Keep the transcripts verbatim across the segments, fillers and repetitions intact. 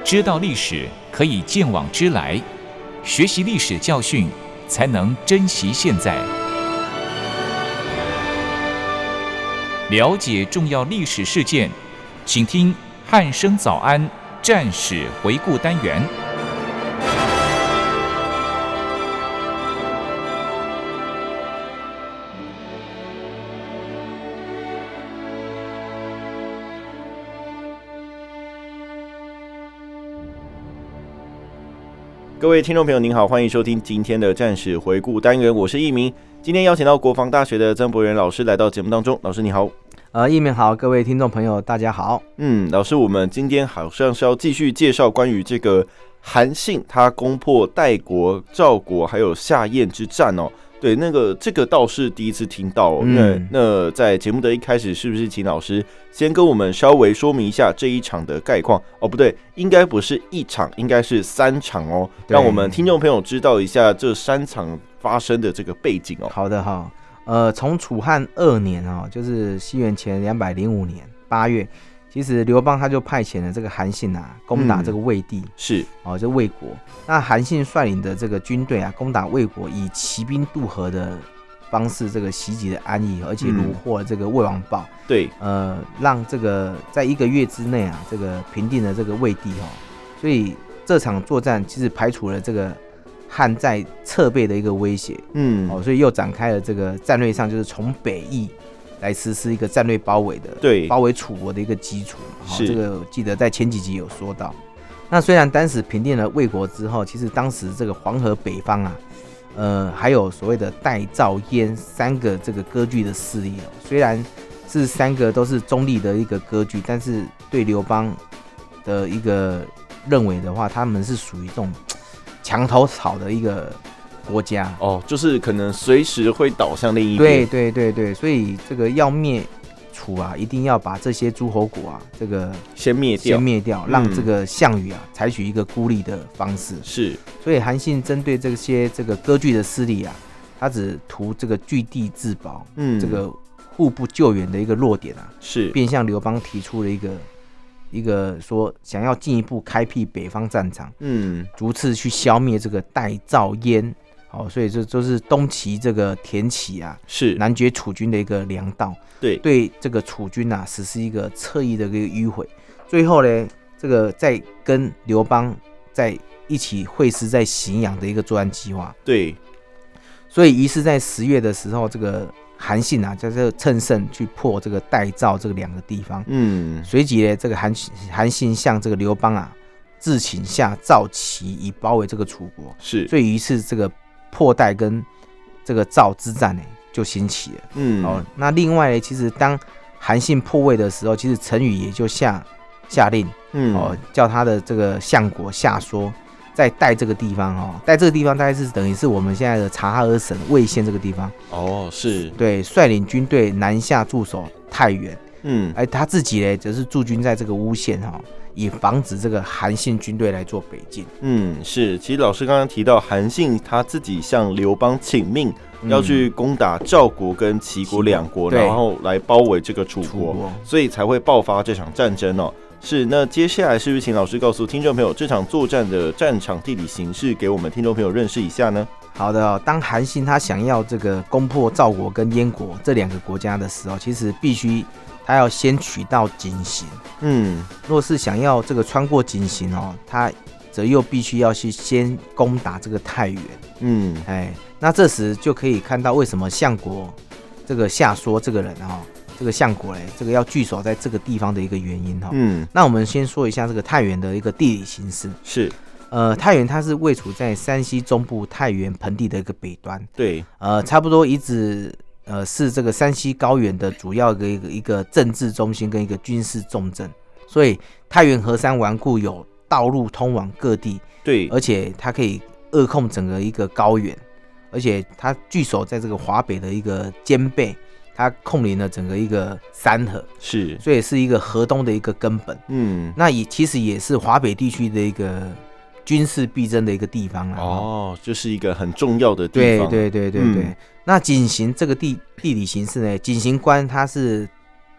知道历史可以见往知来，学习历史教训，才能珍惜现在。了解重要历史事件，请听汉声早安战史回顾单元。 各位听众朋友您好，欢迎收听今天的战史回顾单元，我是易明。今天邀请到国防大学的曾博元老师来到节目当中，老师你好。 呃，易明好，各位听众朋友大家好。 嗯，老师，我们今天好像是要继续介绍关于这个韩信他攻破代国、赵国还有夏燕之战哦。对，那个这个倒是第一次听到哦。嗯、那那在节目的一开始，是不是请老师先跟我们稍微说明一下这一场的概况？哦，不对，应该不是一场，应该是三场哦，让我们听众朋友知道一下这三场发生的这个背景哦。 好的哈，呃，从楚汉二年哦，就是西元前两百零五年八月。其实刘邦他就派遣了这个韩信啊，攻打这个魏地，嗯、 是哦，就魏国。那韩信率领的这个军队啊，攻打魏国，以骑兵渡河的方式，这个袭击了安邑，而且虏获了这个魏王豹。 嗯、对， 呃，让这个在一个月之内啊，这个平定了这个魏地哦。所以这场作战其实排除了这个汉在侧背的一个威胁，嗯，哦，所以又展开了这个战略上就是从北翼来实施一个战略包围的，对，包围楚国的一个基础。是、哦、这个记得在前几集有说到。那虽然当时平定了魏国之后，其实当时这个黄河北方啊，呃，还有所谓的代、赵、燕三个这个割据的势力哦。虽然是三个都是中立的一个割据，但是对刘邦的一个认为的话，他们是属于这种墙头草的一个国家哦，就是可能随时会倒向另一边。 对对对对，所以这个要灭楚啊，一定要把这些诸侯国啊，这个先灭掉， 先灭掉，让这个项羽啊采取一个孤立的方式。 是， 所以韩信针对这些这个割据的势力啊，他只图这个据地自保，嗯，这个互不救援的一个弱点啊，是，便向刘邦提出了一个一个说想要进一步开辟北方战场，嗯，逐次去消灭这个代、赵、燕。哦，所以这就是东齐这个田齐啊，是南绝楚军的一个粮道，对对，这个楚军啊实施一个侧翼的一个迂回，最后呢，这个再跟刘邦在一起会师在荥阳的一个作战计划，对，所以于是，在十月的时候，这个韩信啊，就是趁胜去破这个代、赵这个两个地方，嗯，随即呢，这个韩韩信向这个刘邦啊，自请下赵、齐以包围这个楚国，是，所以于是这个破代跟这个赵之战呢就兴起了。嗯，哦，那另外呢，其实当韩信破魏的时候，其实陈馀也就下下令，嗯，哦，叫他的这个相国夏说，在代这个地方哦，代这个地方大概是等于是我们现在的察哈尔省魏县这个地方。哦，是，对，率领军队南下驻守太原。嗯，而他自己呢，则是驻军在这个乌县哈、哦。以防止这个韩信军队来做北进。嗯， 是。其实老师刚刚提到，韩信他自己向刘邦请命，嗯、要去攻打赵国跟齐国两国，然后来包围这个楚 国, 楚国，所以才会爆发这场战争哦。是。那接下来是不是请老师告诉听众朋友，这场作战的战场地理形势，给我们听众朋友认识一下呢？ 好的、哦，当韩信他想要这个攻破赵国跟燕国这两个国家的时候，其实必须他要先取到井陉。嗯，若是想要这个穿过井陉哦，他则又必须要去先攻打这个太原。嗯，哎，那这时就可以看到为什么相国这个夏说这个人哦，这个相国嘞，这个要据守在这个地方的一个原因哈、哦。嗯，那我们先说一下这个太原的一个地理形势。是。呃，太原它是位处在山西中部太原盆地的一个北端，对，呃，差不多一直呃是这个山西高原的主要的一个一个政治中心跟一个军事重镇，所以太原河山顽固，有道路通往各地，对，而且它可以扼控整个一个高原，而且它据守在这个华北的一个肩背，它控领了整个一个山河，是，所以是一个河东的一个根本，嗯，那也其实也是华北地区的一个军事必争的一个地方啦。 哦，就是一个很重要的地方。 对对对对对。嗯、那井陉这个地地理形势呢，井陉关它是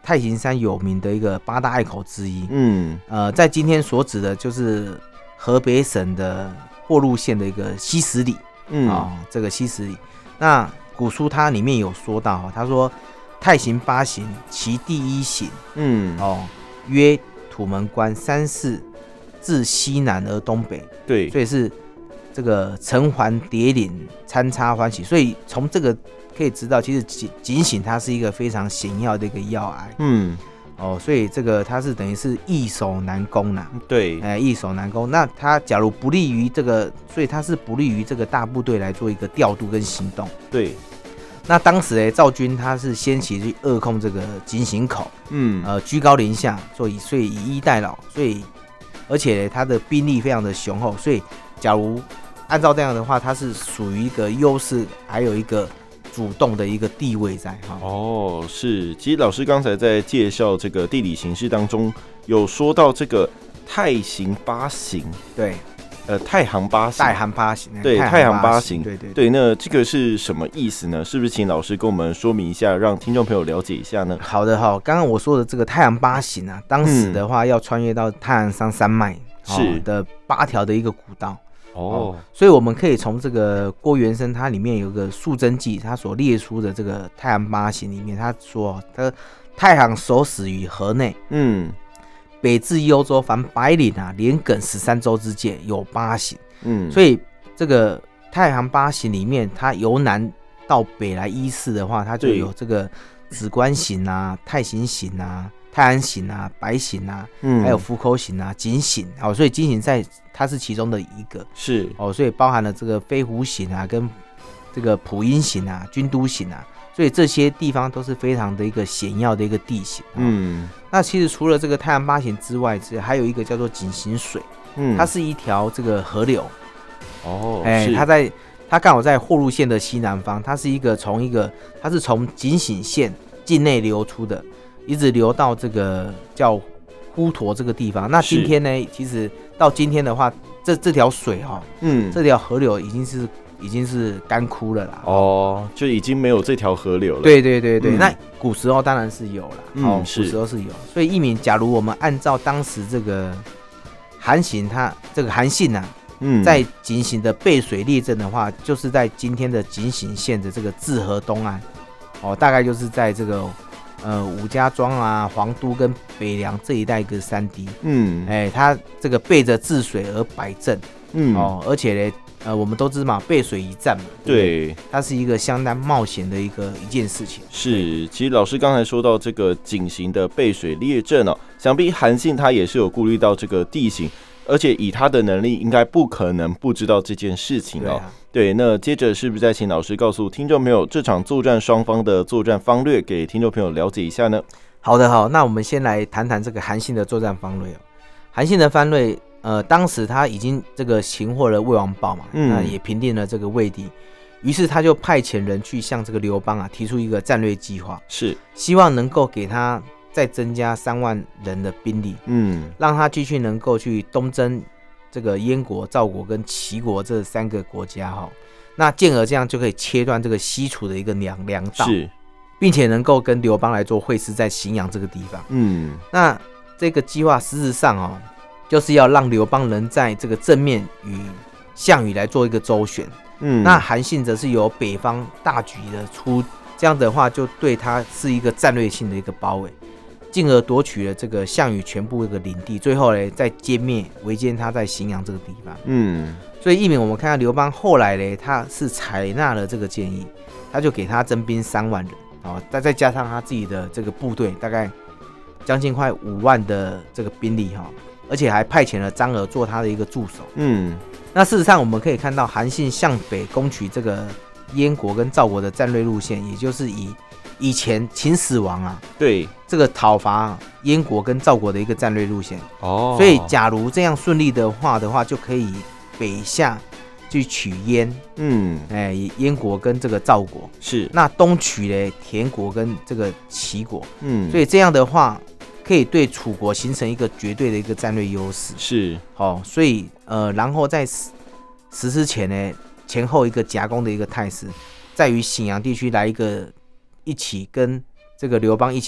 太行山有名的一个八大隘口之一。嗯，呃，在今天所指的就是河北省的霍鹿县的一个西十里。嗯，哦，这个西十里，那古书它里面有说到，他说太行八行，其第一行，嗯，哦，曰土门关三四，自西南而东北。 对， 所以是这个层环叠岭，参差欢喜。所以从这个可以知道，其实警警醒它是一个非常险要的一个要隘。嗯。哦，所以这个它是等于是易守难攻呐。 对， 哎，易守难攻。那它假如不利于这个，所以它是不利于这个大部队来做一个调度跟行动。 对。 那当时哎，赵军他是先期去扼控这个井陉口，嗯，呃，居高临下，所以所以以逸待劳，所以而且他的兵力非常的雄厚，所以假如按照这样的话，它是属于一个优势，还有一个主动的一个地位在哈。 哦，是，其实老师刚才在介绍这个地理形势当中，有说到这个太行八行， 对， 呃，太行八行， 太行八行， 对，太行八行， 对对对。那这个是什么意思呢？是不是请老师跟我们说明一下，让听众朋友了解一下呢？ 好的哈，刚刚我说的这个太行八行啊，当时的话要穿越到太行山山脉是、哦、的八条的一个古道。哦，所以我们可以从这个郭元生它里面有个《素贞记》，他所列出的这个太行八行里面，他说他太行首始于河内，嗯，北至幽州，凡百里啊，连亘十三州之界有八行，嗯，所以这个太行八行里面，它由南到北来依次的话，它就有这个止关行啊、太行行啊、太安行啊、白行啊，嗯，还有浮口行啊、井行，哦，所以井行在它是其中的一个， 是哦，所以包含了这个飞狐行啊、跟这个普阴行啊、军都行啊，所以这些地方都是非常的一个险要的一个地形。哦、嗯，那其实除了这个太行八行之外，还有一个叫做井陉水，嗯，它是一条这个河流。哦，哎、欸，它在它刚好在霍鹿县的西南方，它是一个从一个它是从井陉县境内流出的，一直流到这个叫呼沱这个地方。那今天呢，其实到今天的话，这这条水哈、哦，嗯，这条河流已经是已经是干枯了啦。 哦，就已经没有这条河流了。 对对对对，嗯、那古时候当然是有了，嗯、哦，古时候是有。所以一鸣，假如我们按照当时这个韩信他这个韩信啊。嗯，在井陉的背水列阵的话，就是在今天的井陉县的这个治河东岸，哦，大概就是在这个呃武家庄啊、黄都跟北凉这一带一个山地。嗯，哎、欸，它这个背着治水而摆阵，嗯，哦，而且呢，呃，我们都知嘛，背水一战嘛，对，对，它是一个相当冒险的一个一件事情。 是，其实老师刚才说到这个井陉的背水列阵哦，想必韩信他也是有顾虑到这个地形。而且以他的能力，应该不可能不知道这件事情哦。对, 啊、对，那接着是不是再请老师告诉听众朋友，这场作战双方的作战方略，给听众朋友了解一下呢？ 好的，好，那我们先来谈谈这个韩信的作战方略哦。韩信的方略，呃，当时他已经这个擒获了魏王豹嘛，嗯，那也平定了这个魏地，于是他就派遣人去向这个刘邦啊提出一个战略计划， 是希望能够给他。再增加三万人的兵力，嗯，让他继续能够去东征这个燕国、赵国跟齐国这三个国家哈，那进而这样就可以切断这个西楚的一个粮粮道，是，并且能够跟刘邦来做会师在荥阳这个地方，嗯，那这个计划实质上哦，就是要让刘邦能在这个正面与项羽来做一个周旋，嗯，那韩信则是由北方大举的出，这样的话就对他是一个战略性的一个包围。进而夺取了这个项羽全部这个领地，最后呢，再歼灭围歼他在荥阳这个地方。嗯，所以一鸣我们看到刘邦后来呢，他是采纳了这个建议，他就给他征兵三万人，哦，再再加上他自己的这个部队，大概将近快五万的这个兵力哈，而且还派遣了张耳做他的一个助手。嗯，那事实上我们可以看到，韩信向北攻取这个燕国跟赵国的战略路线，也就是以以前秦始皇啊， 对这个讨伐燕国跟赵国的一个战略路线哦，所以假如这样顺利的话的话，就可以北下去取燕，嗯，哎，燕国跟这个赵国是， 那东取嘞田国跟这个齐国，嗯，所以这样的话可以对楚国形成一个绝对的一个战略优势， 是， 哦，所以呃，然后在实施前呢，前后一个夹攻的一个态势，在于荥阳地区来一个。一起跟这个刘邦一起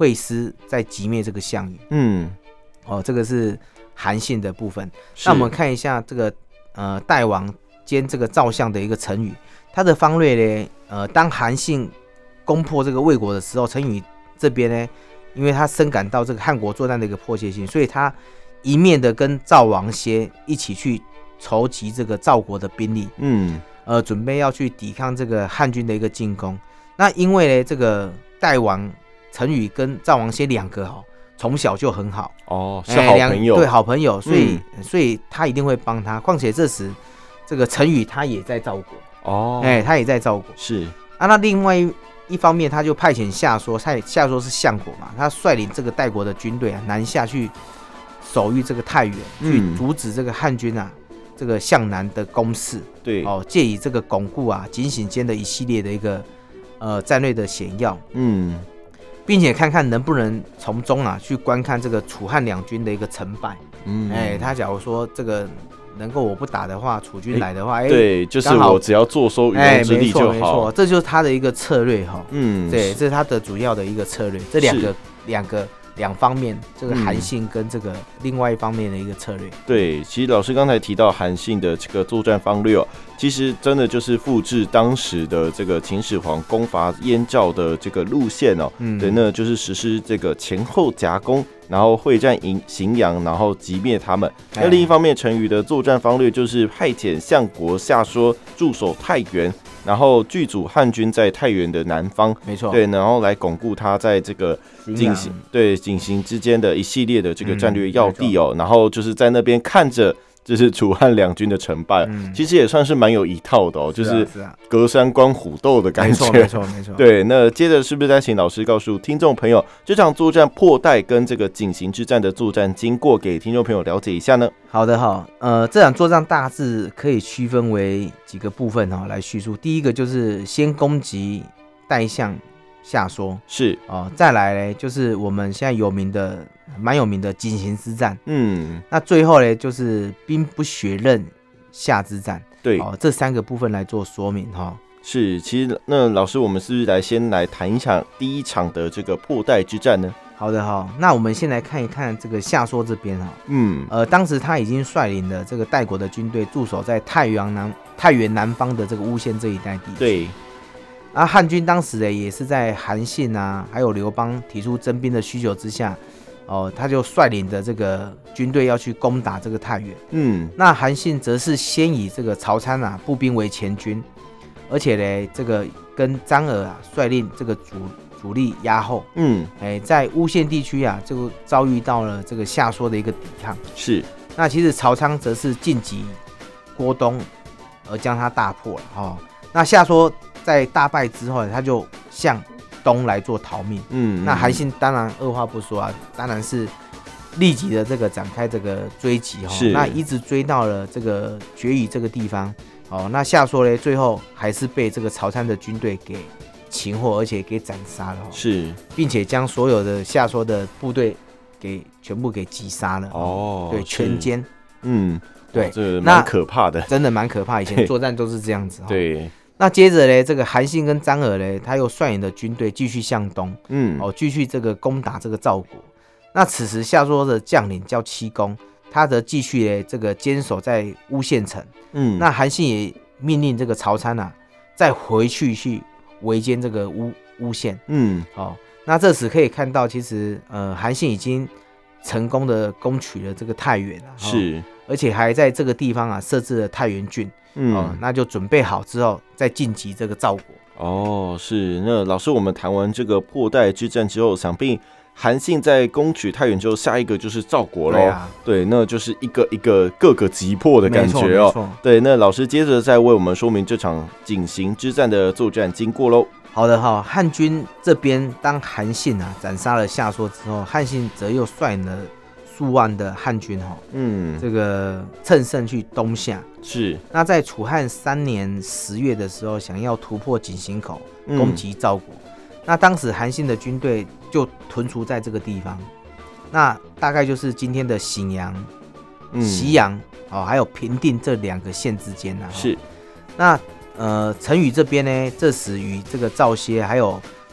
会师在击灭这个项羽。嗯，哦，这个是韩信的部分。那我们看一下这个呃代王兼这个赵相的一个陈宇，他的方略呢，呃，当韩信攻破这个魏国的时候，陈宇这边呢，因为他深感到这个汉国作战的一个迫切性，所以他一面的跟赵王歇一起去筹集这个赵国的兵力，嗯，呃，准备要去抵抗这个汉军的一个进攻。那因为呢，这个代王陈宇跟赵王歇两个哈，从小就很好哦，是好朋友， 对，好朋友，所以、嗯、所以他一定会帮他。况且这时这个陈宇他也在赵国哦，哎，他也在赵国是啊。那另外一方面，他就派遣夏说，夏说是相国嘛，他率领这个代国的军队啊南下去守御这个太原，嗯、去阻止这个汉军啊这个向南的攻势。 对哦，借以这个巩固啊井陉间的一系列的一个呃战略的险要。嗯。并且看看能不能从中啊去观看这个楚汉两军的一个成败。嗯，哎，他假如说这个能够我不打的话，楚军来的话，哎， 对，就是我只要坐收渔翁之利就好。 哎，没错没错，这就是他的一个策略哈。嗯，对，这是他的主要的一个策略。这两个两个两方面，这个韩信跟这个另外一方面的一个策略。 嗯、对，其实老师刚才提到韩信的这个作战方略哦，其实真的就是复制当时的这个秦始皇攻伐燕赵的这个路线哦。嗯，对，那就是实施这个前后夹攻，然后会战荥阳，然后击灭他们。那另一方面，陈馀的作战方略就是派遣相国夏说驻守太原，然后剧组汉军在太原的南方， 没错， 对，然后来巩固他在这个进行对进行之间的一系列的这个战略要地哦，嗯、然后就是在那边看着。就是楚汉两军的成败、嗯，其实也算是蛮有一套的哦，就是隔山观虎斗的感觉， 没错没错。 对，那接着是不是再请老师告诉听众朋友，这场作战破代跟这个井陉之战的作战经过，给听众朋友了解一下呢？ 好的哈，呃，这场作战大致可以区分为几个部分哈来叙述。第一个就是先攻击代相夏说， 是哦、呃，再来呢就是我们现在有名的。蛮有名的井陉之战，嗯，那最后呢就是兵不血刃夏之战， 对，哦， 这三个部分来做说明哈。 是，其实那老师，我们是不是来先来谈一场第一场的这个破代之战呢？ 好的哈，那我们先来看一看这个夏说这边哈，嗯，呃，当时他已经率领了这个代国的军队驻守在太原南太原南方的这个巫县这一带地区， 对。 啊，汉军当时呢也是在韩信啊，还有刘邦提出征兵的需求之下。哦，他就率领的这个军队要去攻打这个太原。嗯，那韩信则是先以这个曹参啊步兵为前军，而且呢，这个跟张耳啊率领这个主主力压后。嗯，哎，在巫县地区啊，就遭遇到了这个夏说的一个抵抗。 是， 那其实曹参则是晋级郭东，而将他大破了。哦，那夏说在大败之后，他就向东来做逃命，嗯，那韩信当然二话不说啊，当然是立即的这个展开这个追击哈、哦，那一直追到了这个决宇这个地方，哦，那夏说呢，最后还是被这个曹参的军队给擒获，而且给斩杀了、哦， 是， 并且将所有的夏说的部队给全部给击杀了，哦，对，全歼， 嗯， 对， 这蛮可怕的， 真的蛮可怕，以前作战都是这样子， 对。 那接着呢，这个韩信跟张耳呢，他又率领的军队继续向东，嗯，哦，继续这个攻打这个赵国。那此时夏说的将领叫戚公，他则继续呢这个坚守在巫县城，嗯，那韩信也命令这个曹参啊，再回去去围歼这个巫巫县，嗯，哦，那这时可以看到，其实呃韩信已经成功的攻取了这个太原了， 是， 而且还在这个地方啊设置了太原郡。嗯、哦，那就准备好之后再晋级这个赵国。 哦，是。那老师，我们谈完这个破代之战之后，想必韩信在攻取太原之后，下一个就是赵国喽。对啊，对，那就是一个一个各个击破的感觉哦。对，那老师接着再为我们说明这场井陉之战的作战经过喽。 好的哈，汉军这边当韩信啊斩杀了夏说之后，汉信则又率领了数万的汉军哈，嗯，这个乘胜去东下。 是， 那在楚汉三年十月的时候，想要突破井陉口，攻击赵国。嗯、那当时韩信的军队就屯驻在这个地方，那大概就是今天的荥阳、嗯、西阳哦，还有平定这两个县之间啊。 是， 那呃，陈馀这边呢，这时与这个赵歇还有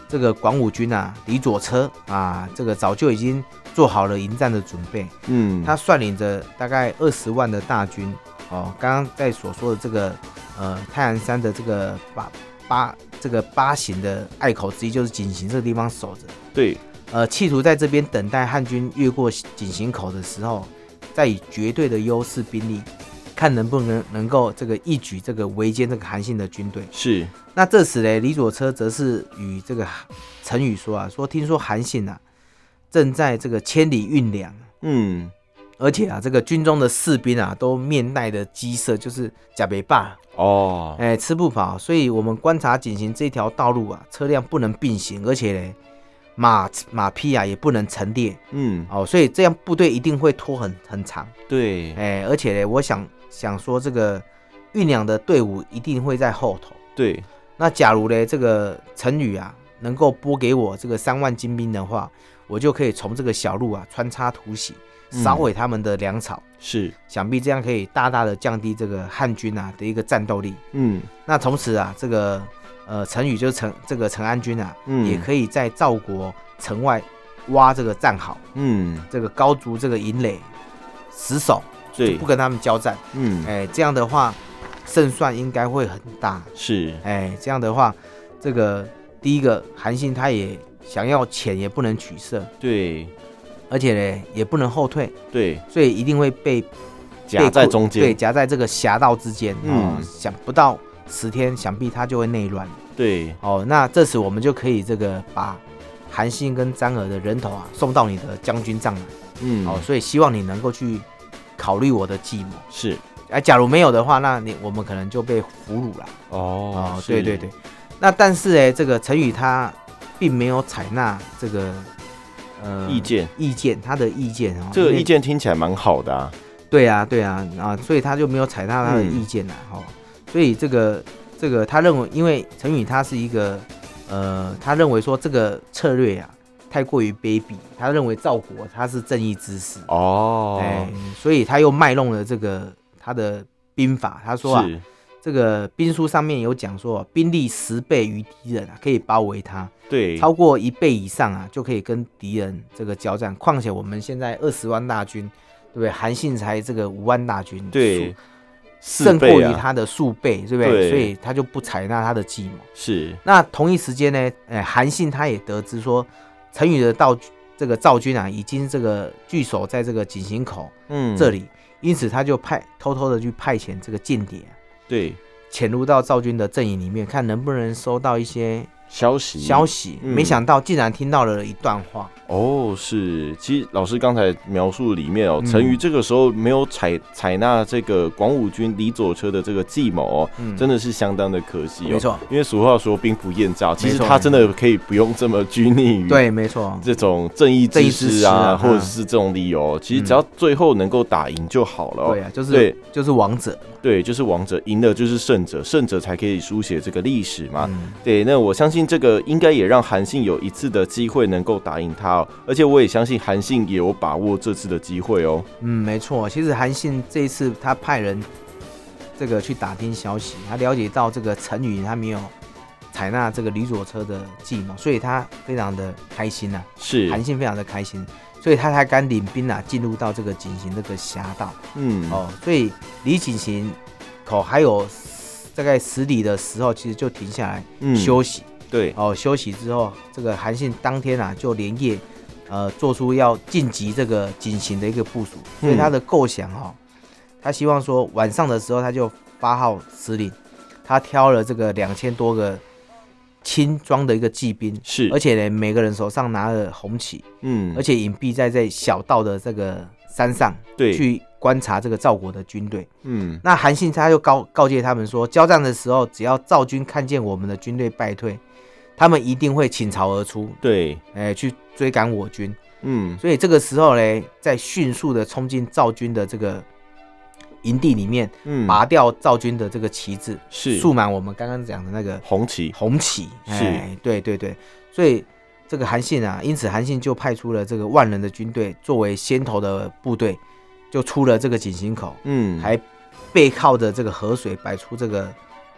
这个广武军啊，李左车啊，这个早就已经做好了迎战的准备。嗯，他率领着大概二十万的大军哦，刚刚在所说的这个呃太行山的这个八八这个八行的隘口之一，就是井陉这个地方守着。 对， 呃，企图在这边等待汉军越过井陉口的时候，再以绝对的优势兵力，看能不能能够这个一举这个围歼这个韩信的军队。 是。 那这时呢，李左车则是与这个陈宇说啊，说听说韩信啊正在这个千里运粮，嗯，而且啊这个军中的士兵啊都面带的饥色，就是假北霸哦，哎、欸、吃不饱，所以我们观察井陉这条道路啊，车辆不能并行，而且呢马马匹啊也不能陈列，嗯，哦，所以这样部队一定会拖很很长， 对， 哎、欸，而且呢，我想想说这个运粮的队伍一定会在后头， 对。 那假如呢，这个陈宇啊能够拨给我这个三万精兵的话，我就可以从这个小路啊穿插突袭，烧毁他们的粮草。嗯、 是， 想必这样可以大大的降低这个汉军啊的一个战斗力。嗯，那从此啊，这个呃陈宇就是陈这个陈安军啊，嗯、也可以在赵国城外挖这个战壕，嗯，这个高筑这个营垒，死守，就不跟他们交战。嗯，哎、欸，这样的话。胜算应该会很大， 是， 哎，这样的话，这个第一个韩信他也想要前也不能取胜， 对， 而且呢也不能后退， 对， 所以一定会被夹在中间， 对，夹在这个侠道之间，嗯、哦，想不到十天，想必他就会内乱， 对， 哦，那这时我们就可以这个把韩信跟张耳的人头啊送到你的将军帐来，嗯，哦，所以希望你能够去考虑我的计谋， 是。 哎，假如没有的话，那你我们可能就被俘虏了。哦，哦对对对。那但是哎，这个陈宇他并没有采纳这个呃意见， 意见他的意见哦。 这个意见听起来蛮好的啊。 对啊，对啊，啊，所以他就没有采纳他的意见啦。哦、嗯，所以这个这个他认为，因为陈宇他是一个呃，他认为说这个策略啊太过于卑鄙，他认为赵国他是正义之士哦，哎，所以他又卖弄了这个。他的兵法，他说啊，这个兵书上面有讲说，兵力十倍于敌人啊，可以包围他， 对， 超过一倍以上啊，就可以跟敌人这个交战。况且我们现在二十万大军，对不对？韩信才这个五万大军， 对， 胜过于他的数倍，对不对？对，所以他就不采纳他的计谋。 是。那同一时间呢，哎，韩信他也得知说，陈宇的道这个赵军啊，已经这个据守在这个井陉口，嗯，这里。因此，他就派偷偷的去派遣这个间谍、啊， 对， 潜入到赵军的阵营里面，看能不能收到一些消息。 消息，嗯、没想到竟然听到了一段话。 哦，是，其实老师刚才描述里面哦，陈馀这个时候没有采采纳这个广武军李左车的这个计谋哦，嗯、真的是相当的可惜哦。 没错， 因为俗话说兵不厌诈，其实他真的可以不用这么拘泥于对，没错， 这种正义之师啊，啊或者是这种理由，其实只要最后能够打赢就好了、哦。 对啊，就是对，就是王者。 对，就是王者，赢的就是胜者，胜者才可以书写这个历史嘛。嗯、对，那我相信这个应该也让韩信有一次的机会能够打赢他、哦，而且我也相信韩信也有把握这次的机会哦。 嗯，没错，其实韩信这一次他派人这个去打听消息，他了解到这个陈馀他没有采纳这个李左车的计谋，所以他非常的开心呐、啊。 是， 韩信非常的开心。所以他才敢领兵啊，进入到这个井陉这个峡道。嗯，哦，所以离井陉口还有大概十里的时候，其实就停下来休息。 嗯、对， 哦，休息之后，这个韩信当天啊，就连夜呃做出要晋级这个井陉的一个部署。所以他的构想哈、哦，他希望说晚上的时候他就发号施令，他挑了这个两千多个。轻装的一个骑兵是， 而且呢，每个人手上拿了红旗，嗯，而且隐蔽在在小道的这个山上， 对， 去观察这个赵国的军队，嗯，那韩信他就告告诫他们说，交战的时候，只要赵军看见我们的军队败退，他们一定会倾巢而出， 对， 哎、欸，去追赶我军，嗯，所以这个时候呢，在迅速的冲进赵军的这个营地里面，嗯，拔掉赵军的这个旗帜， 是竖满我们刚刚讲的那个红旗， 红旗， 是， 对对对，所以这个韩信啊，因此韩信就派出了这个万人的军队作为先头的部队，就出了这个井陉口，嗯，还背靠着这个河水摆出这个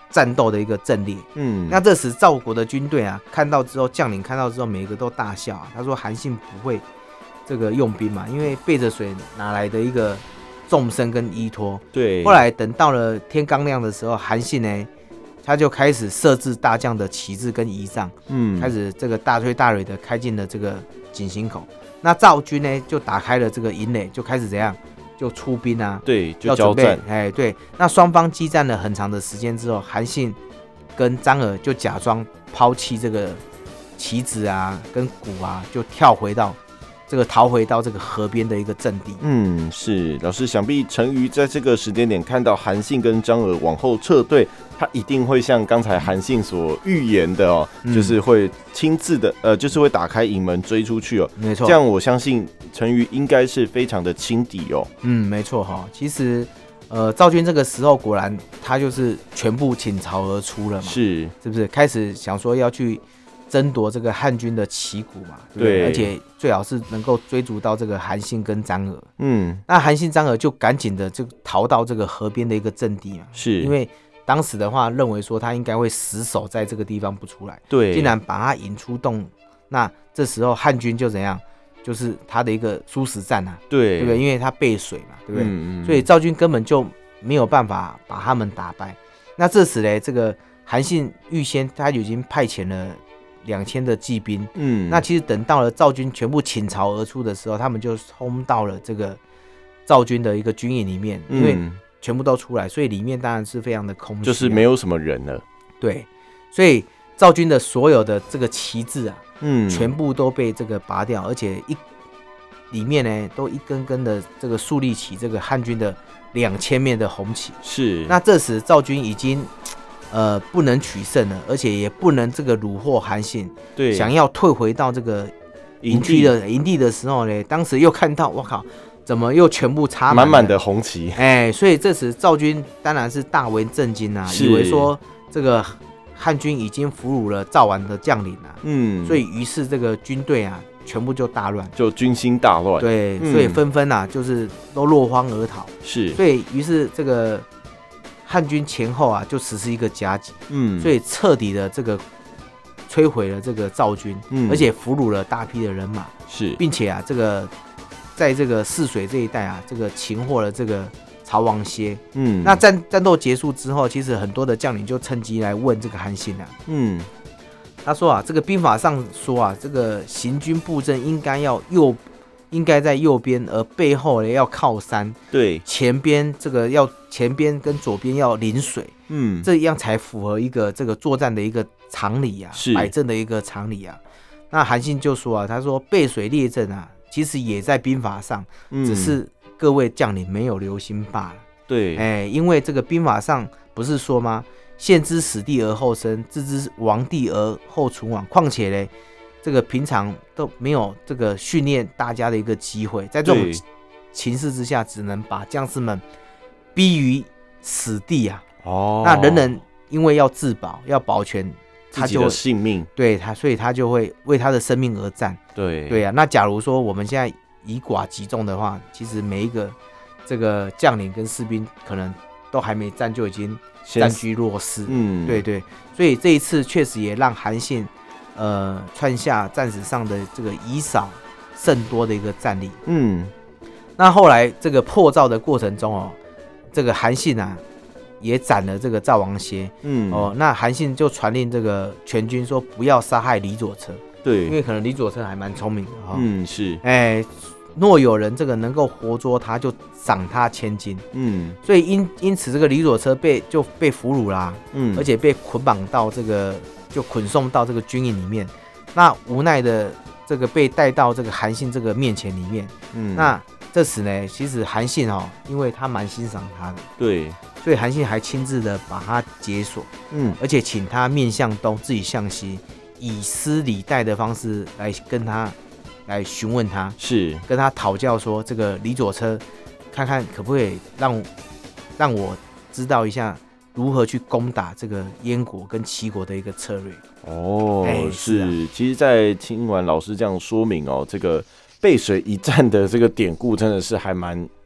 战斗的一个阵列。嗯，那这时赵国的军队啊，看到之后，将领看到之后，每个都大笑啊。他说韩信不会这个用兵嘛，因为背着水哪来的一个纵深跟依托？ 对。 后来等到了天刚亮的时候，韩信呢，他就开始设置大将的旗帜跟仪仗，嗯，开始这个大推大垒的开进了这个井陉口。那赵军呢，就打开了这个营垒，就开始怎样？就出兵啊， 对，就交战。 哎，对，那双方激战了很长的时间之后，韩信跟张耳就假装抛弃这个旗子啊，跟鼓啊，就跳回到这个逃回到这个河边的一个阵地。 嗯，是老师，想必陈馀在这个时间点看到韩信跟张耳往后撤退，他一定会像刚才韩信所预言的哦，嗯、就是会亲自的呃，就是会打开营门追出去哦。 没错， 这样我相信陈馀应该是非常的轻敌哦。 嗯，没错哈。其实呃，赵军这个时候果然他就是全部倾巢而出了嘛， 是是不是？开始想说要去争夺这个汉军的旗鼓嘛，对不对？对，而且最好是能够追逐到这个韩信跟张耳。嗯，那韩信、张耳就赶紧的就逃到这个河边的一个阵地嘛， 是因为当时的话认为说他应该会死守在这个地方不出来， 对， 竟然把他引出洞，那这时候汉军就怎样？就是他的一个殊死战啊， 对， 对不对？因为他背水嘛，对不对？嗯嗯，所以赵军根本就没有办法把他们打败。那这时呢，这个韩信预先他已经派遣了两千的骑兵，嗯，那其实等到了赵军全部倾巢而出的时候，他们就冲到了这个赵军的一个军营里面，因为全部都出来，所以里面当然是非常的空虚、啊， 就是没有什么人了。 对，所以赵军的所有的这个旗帜啊，嗯，全部都被这个拔掉，而且一里面呢都一根根的这个树立起这个汉军的两千面的红旗。 是， 那这时赵军已经呃不能取胜了，而且也不能这个虏获韩信， 对， 想要退回到这个营区的营地的时候呢，当时又看到我靠，怎么又全部插满满的红旗？ 哎，所以这时赵军当然是大为震惊啊，以为说这个汉军已经俘虏了赵王的将领啊，嗯，所以于是这个军队啊，全部就大乱， 就军心大乱， 对，嗯、所以纷纷啊，就是都落荒而逃， 是， 所以于是这个汉军前后啊，就实施一个夹击，嗯，所以彻底的这个摧毁了这个赵军，嗯，而且俘虏了大批的人马， 是， 并且啊，这个在这个泗水这一带啊，这个擒获了这个曹王歇，嗯，那战战斗结束之后，其实很多的将领就趁机来问这个韩信啊，嗯，他说啊，这个兵法上说啊，这个行军布阵应该要右，应该在右边，而背后呢要靠山， 对， 前边这个要前边跟左边要临水，嗯，这样才符合一个这个作战的一个常理啊，摆阵的一个常理啊。那韩信就说啊，他说背水列阵啊，其实也在兵法上，嗯、只是各位将领没有留心罢了。 对， 哎，因为这个兵法上不是说吗？先知死地而后生，置之亡地而后存亡。况且嘞，这个平常都没有这个训练大家的一个机会，在这种情势之下，只能把将士们逼于死地啊。哦，那人人因为要自保，要保全他就自己的性命， 对他，所以他就会为他的生命而战。 对， 对啊。那假如说我们现在以寡击众的话，其实每一个这个将领跟士兵可能都还没战就已经占据弱势。嗯，对对。所以这一次确实也让韩信呃创下战史上的这个以少胜多的一个战力。嗯，那后来这个破赵的过程中哦，这个韩信啊也斩了这个赵王歇。嗯，哦，那韩信就传令这个全军说不要杀害李左车。 对， 因为可能李左车还蛮聪明的哈。 嗯，是。 哎，若有人这个能够活捉他，就赏他千金。嗯，所以因因此这个李左车被就被俘虏啦、啊。嗯，而且被捆绑到这个就捆送到这个军营里面。那无奈的这个被带到这个韩信这个面前里面。嗯，那这时呢，其实韩信哦，因为他蛮欣赏他的。 对。 所以韩信还亲自的把他解锁。嗯，而且请他面向东，自己向西。以施礼待的方式来跟他来询问他， 是跟他讨教说这个李左车，看看可不可以让让我知道一下如何去攻打这个燕国跟齐国的一个策略。 哦，欸、是, 是、啊，其实，在听完老师这样说明哦，这个背水一战的这个典故真的是还蛮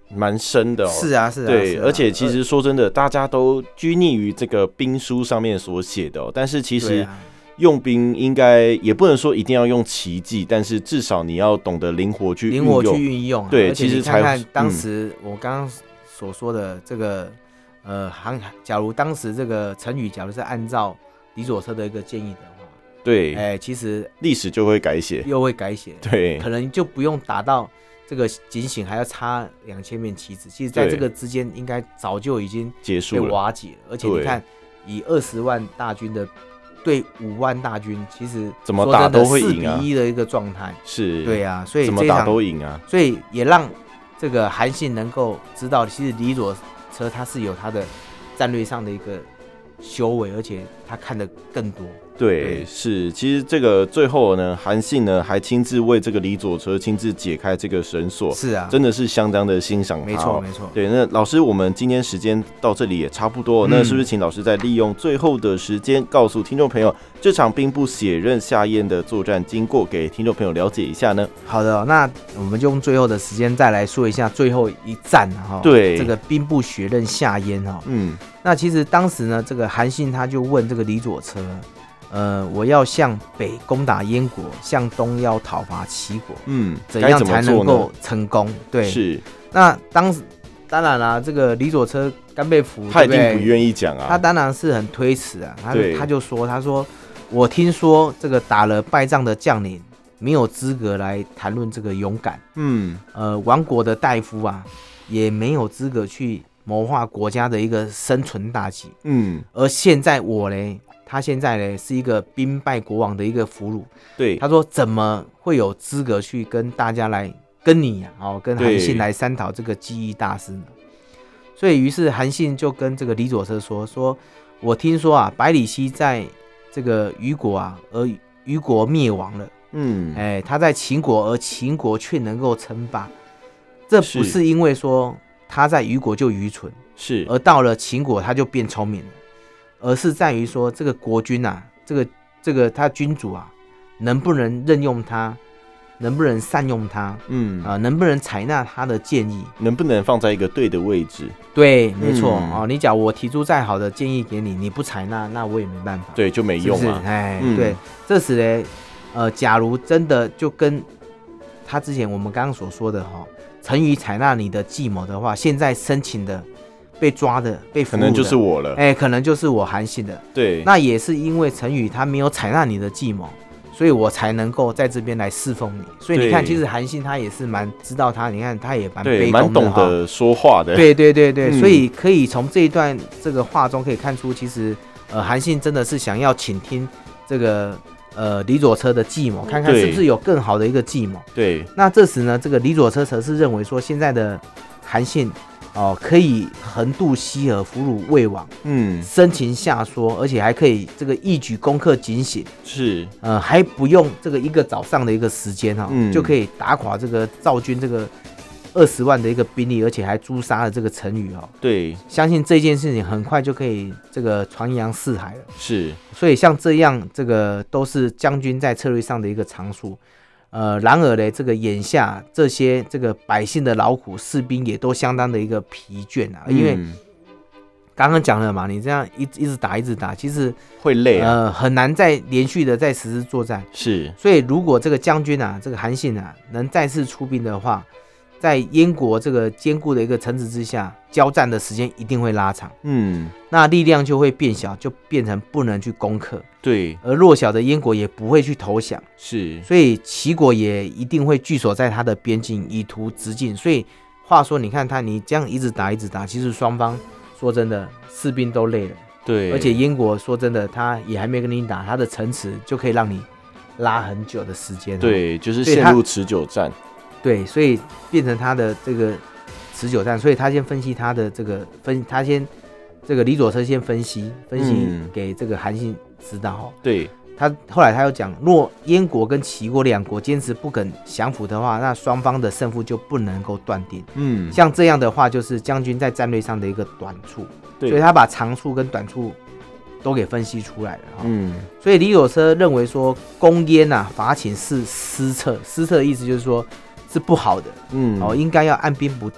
蛮深的哦。 是啊，是啊， 对， 是啊， 而且其实说真的，大家都拘泥于这个兵书上面所写的哦，但是其实用兵应该也不能说一定要用奇技，但是至少你要懂得灵活去运用， 灵活去运用、啊。 对， 而且其实才你看看当时我刚刚所说的这个，嗯、呃，航，假如当时这个陈宇，假如是按照李左车的一个建议的话， 对， 哎、欸，其实历史就会改写， 又会改写， 对， 可能就不用打到这个警醒还要插两千面旗帜，其实在这个之间应该早就已经结束了， 被瓦解了。而且你看，以二十万大军的对五万大军，其实怎么打都会赢啊， 四比一的一个状态， 是， 对啊，所以怎么打都赢啊， 所以也让这个韩信能够知道，其实李左车他是有他的战略上的一个修为，而且他看得更多。 对，对，是，其实这个最后呢，韩信呢还亲自为这个李左车亲自解开这个绳索， 是啊， 真的是相当的欣赏他、哦， 没错没错。 对，那老师，我们今天时间到这里也差不多、嗯，那是不是请老师再利用最后的时间，告诉听众朋友这场兵不血刃下咽的作战经过，给听众朋友了解一下呢？ 好的、哦，那我们就用最后的时间再来说一下最后一战哈、哦， 对， 这个兵不血刃下咽哈、哦， 嗯， 那其实当时呢，这个韩信他就问这个李左车。呃，我要向北攻打燕国，向东要讨伐齐国， 嗯， 怎样才能够成功？对， 是。 那当时当然啦、啊，这个李左车甘被俘， 他一定不愿意讲啊， 他当然是很推辞啊，他他就说，他说我听说这个打了败仗的将领没有资格来谈论这个勇敢， 嗯， 呃，亡国的大夫啊也没有资格去谋划国家的一个生存大计， 嗯， 而现在我嘞。他现在呢是一个兵败国亡的一个俘虏， 对， 他说怎么会有资格去跟大家来跟你啊，哦，跟韩信来商讨这个技艺大师呢？所以于是韩信就跟这个李左车说，说我听说啊，百里奚在这个虞国啊，而虞国灭亡了， 嗯， 哎，他在秦国，而秦国却能够称霸，这不是因为说他在虞国就愚蠢， 是， 而到了秦国他就变聪明了。而是在于说，这个国君啊，这个这个他君主啊，能不能任用他，能不能善用他， 嗯啊、呃，能不能采纳他的建议， 能不能放在一个对的位置？ 对，没错、 嗯、 哦。你讲我提出再好的建议给你，你不采纳，那我也没办法， 对，就没用啊。 哎、嗯，对，这时呢，呃，假如真的就跟他之前我们刚刚所说的哈、哦，陈馀采纳你的计谋的话，现在申请的。被抓的、被俘虏的， 可能就是我了。 哎、欸，可能就是我韩信的。 对， 那也是因为陈馀他没有采纳你的计谋，所以我才能够在这边来侍奉你。所以你看，其实韩信他也是蛮知道他，你看他也蛮卑躬的， 蛮懂得说话的。 对对对对，嗯、所以可以从这一段这个话中可以看出，其实呃韩信真的是想要倾听这个呃李左车的计谋，看看是不是有更好的一个计谋。 对。 那这时呢，这个李左车则是认为说，现在的韩信。哦，可以横渡西河，俘虏魏王，嗯，生擒下说，而且还可以这个一举攻克警醒， 是， 呃，还不用这个一个早上的一个时间哈、哦嗯， 就可以打垮这个赵军这个二十万的一个兵力，而且还诛杀了这个陈馀哦。 对， 相信这件事情很快就可以这个传扬四海了。 是， 所以像这样，这个都是将军在策略上的一个长处。呃，然而呢，这个眼下这些这个百姓的劳苦，士兵也都相当的一个疲倦啊，因为刚刚讲了嘛，你这样一一直打一直打，其实会累啊， 呃，很难再连续的再实施作战。 是， 所以如果这个将军啊，这个韩信啊，能再次出兵的话，在燕国这个坚固的一个城池之下，交战的时间一定会拉长， 嗯， 那力量就会变小，就变成不能去攻克。 对， 而弱小的燕国也不会去投降， 是， 所以齐国也一定会据守在他的边境，以图直进。所以话说，你看他，你这样一直打一直打，其实双方说真的，士兵都累了。 对， 而且燕国说真的，他也还没跟你打，他的城池就可以让你拉很久的时间。 对，就是陷入持久战。 对，所以变成他的这个持久战，所以他先分析他的这个分，他先这个李左车先分析分析给这个韩信知道。 嗯、对， 他后来他又讲，若燕国跟齐国两国坚持不肯降服的话，那双方的胜负就不能够断定。 嗯， 像这样的话，就是将军在战略上的一个短处。 对， 所以他把长处跟短处都给分析出来了。 嗯， 所以李左车认为说，攻燕啊伐秦是失策，失策的意思就是说是不好的。嗯，哦，应该要按兵不动，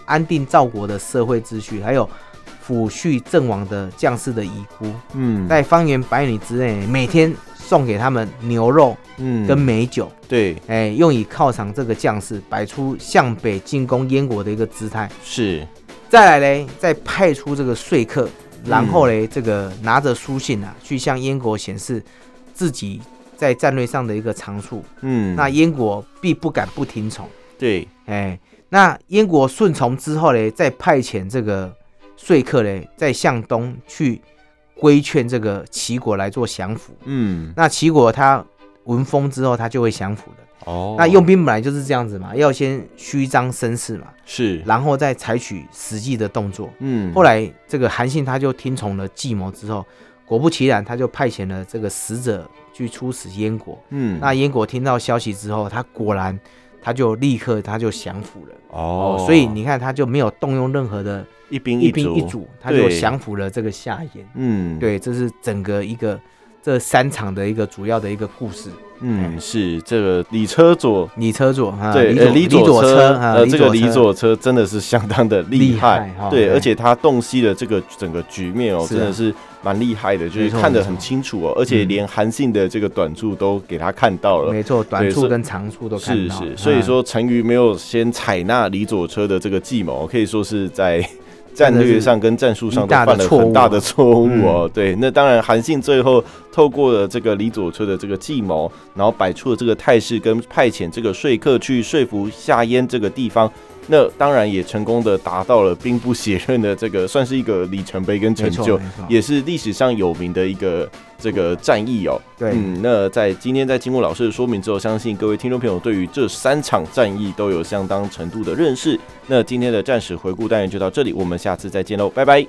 安定赵国的社会秩序，还有抚恤阵亡的将士的遗孤。嗯，在方圆百里之内，每天送给他们牛肉，嗯，跟美酒。 对， 哎，用以犒赏这个将士，摆出向北进攻燕国的一个姿态。 是， 再来嘞，再派出这个说客，然后嘞，这个拿着书信啊，去向燕国显示自己在战略上的一个长处。嗯，那燕国必不敢不听从。 对， 哎，那燕国顺从之后嘞，再派遣这个说客嘞，再向东去规劝这个齐国来做降服。嗯，那齐国他闻风之后，他就会降服的。哦，那用兵本来就是这样子嘛，要先虚张声势嘛， 是， 然后再采取实际的动作。嗯，后来这个韩信他就听从了计谋之后，果不其然，他就派遣了这个使者去出使燕国。嗯，那燕国听到消息之后，他果然他就立刻他就降服了。哦，所以你看他就没有动用任何的一兵一卒， 一兵一卒，他就降服了这个夏燕。嗯，对，这是整个一个这三场的一个主要的一个故事。 嗯，是这个李车佐， 李车佐， 对， 李李左车，呃，这个李左车真的是相当的厉害，对，而且他洞悉了这个整个局面哦，真的是蛮厉害的，就是看得很清楚哦，而且连韩信的这个短处都给他看到了， 没错，短处跟长处都看到， 是是，所以说陈馀没有先采纳李左车的这个计谋，可以说是在战略上跟战术上都犯了很大的错误哦。对，那当然韩信最后透过了这个李左车的这个计谋，然后摆出了这个态势，跟派遣这个说客去说服夏燕这个地方，那当然也成功的达到了兵不血刃的这个，算是一个里程碑跟成就，也是历史上有名的一个这个战役哦。 对， 嗯，那在今天在经过老师的说明之后，相信各位听众朋友对于这三场战役都有相当程度的认识。那今天的战史回顾单元就到这里，我们下次再见喽，拜拜。